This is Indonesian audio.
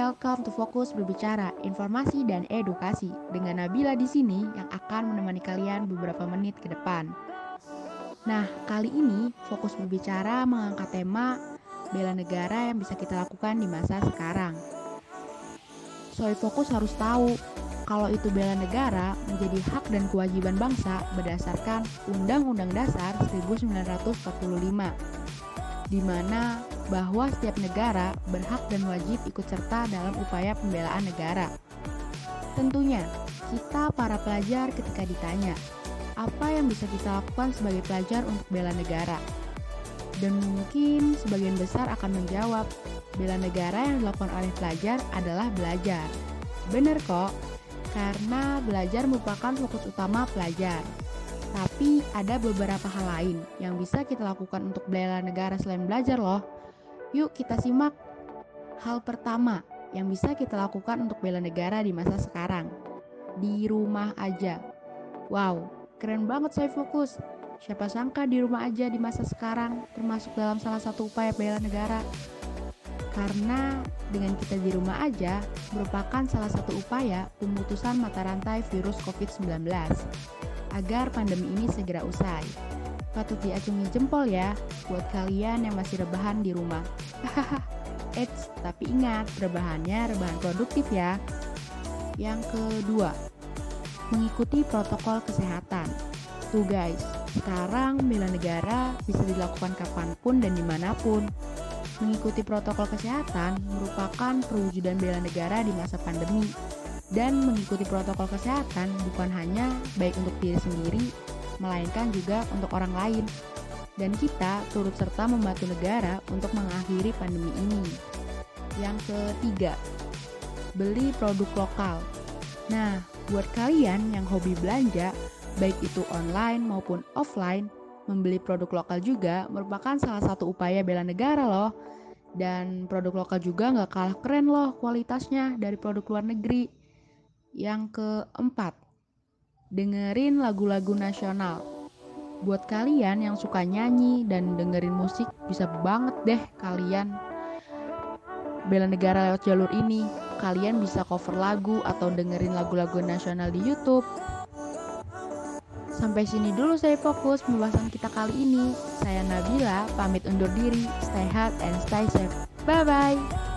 welcome to Fokus Berbicara, Informasi dan Edukasi dengan Nabila di sini yang akan menemani kalian beberapa menit ke depan. Nah, kali ini Fokus Berbicara mengangkat tema bela negara yang bisa kita lakukan di masa sekarang. Soy Fokus harus tahu kalau itu bela negara menjadi hak dan kewajiban bangsa berdasarkan Undang-Undang Dasar 1945, di mana bahwa setiap negara berhak dan wajib ikut serta dalam upaya pembelaan negara. Tentunya, kita para pelajar ketika ditanya, apa yang bisa kita lakukan sebagai pelajar untuk bela negara? Dan mungkin sebagian besar akan menjawab, bela negara yang dilakukan oleh pelajar adalah belajar. Bener kok, karena belajar merupakan fokus utama pelajar. Tapi ada beberapa hal lain yang bisa kita lakukan untuk bela negara selain belajar loh. Yuk kita simak. Hal pertama yang bisa kita lakukan untuk bela negara di masa sekarang. Di rumah aja. Wow, keren banget Soy Fokus. Siapa sangka di rumah aja di masa sekarang termasuk dalam salah satu upaya bela negara. Karena dengan kita di rumah aja merupakan salah satu upaya pemutusan mata rantai virus COVID-19 agar pandemi ini segera usai. Patut diacungi jempol ya buat kalian yang masih rebahan di rumah. Eits, tapi ingat rebahannya rebahan produktif ya. Yang kedua, mengikuti protokol kesehatan. Tuh guys, sekarang bela negara bisa dilakukan kapanpun dan dimanapun. Mengikuti protokol kesehatan merupakan perwujudan bela negara di masa pandemi. Dan mengikuti protokol kesehatan bukan hanya baik untuk diri sendiri, melainkan juga untuk orang lain. Dan kita turut serta membantu negara untuk mengakhiri pandemi ini. Yang ketiga, beli produk lokal. Nah, buat kalian yang hobi belanja, baik itu online maupun offline, membeli produk lokal juga merupakan salah satu upaya bela negara loh. Dan produk lokal juga gak kalah keren loh kualitasnya dari produk luar negeri. Yang keempat, dengerin lagu-lagu nasional. Buat kalian yang suka nyanyi dan dengerin musik, bisa banget deh kalian bela negara lewat jalur ini. Kalian bisa cover lagu atau dengerin lagu-lagu nasional di YouTube. Sampai sini dulu saya fokus pembahasan kita kali ini. Saya Nabila, pamit undur diri. Stay healthy and stay safe. Bye-bye.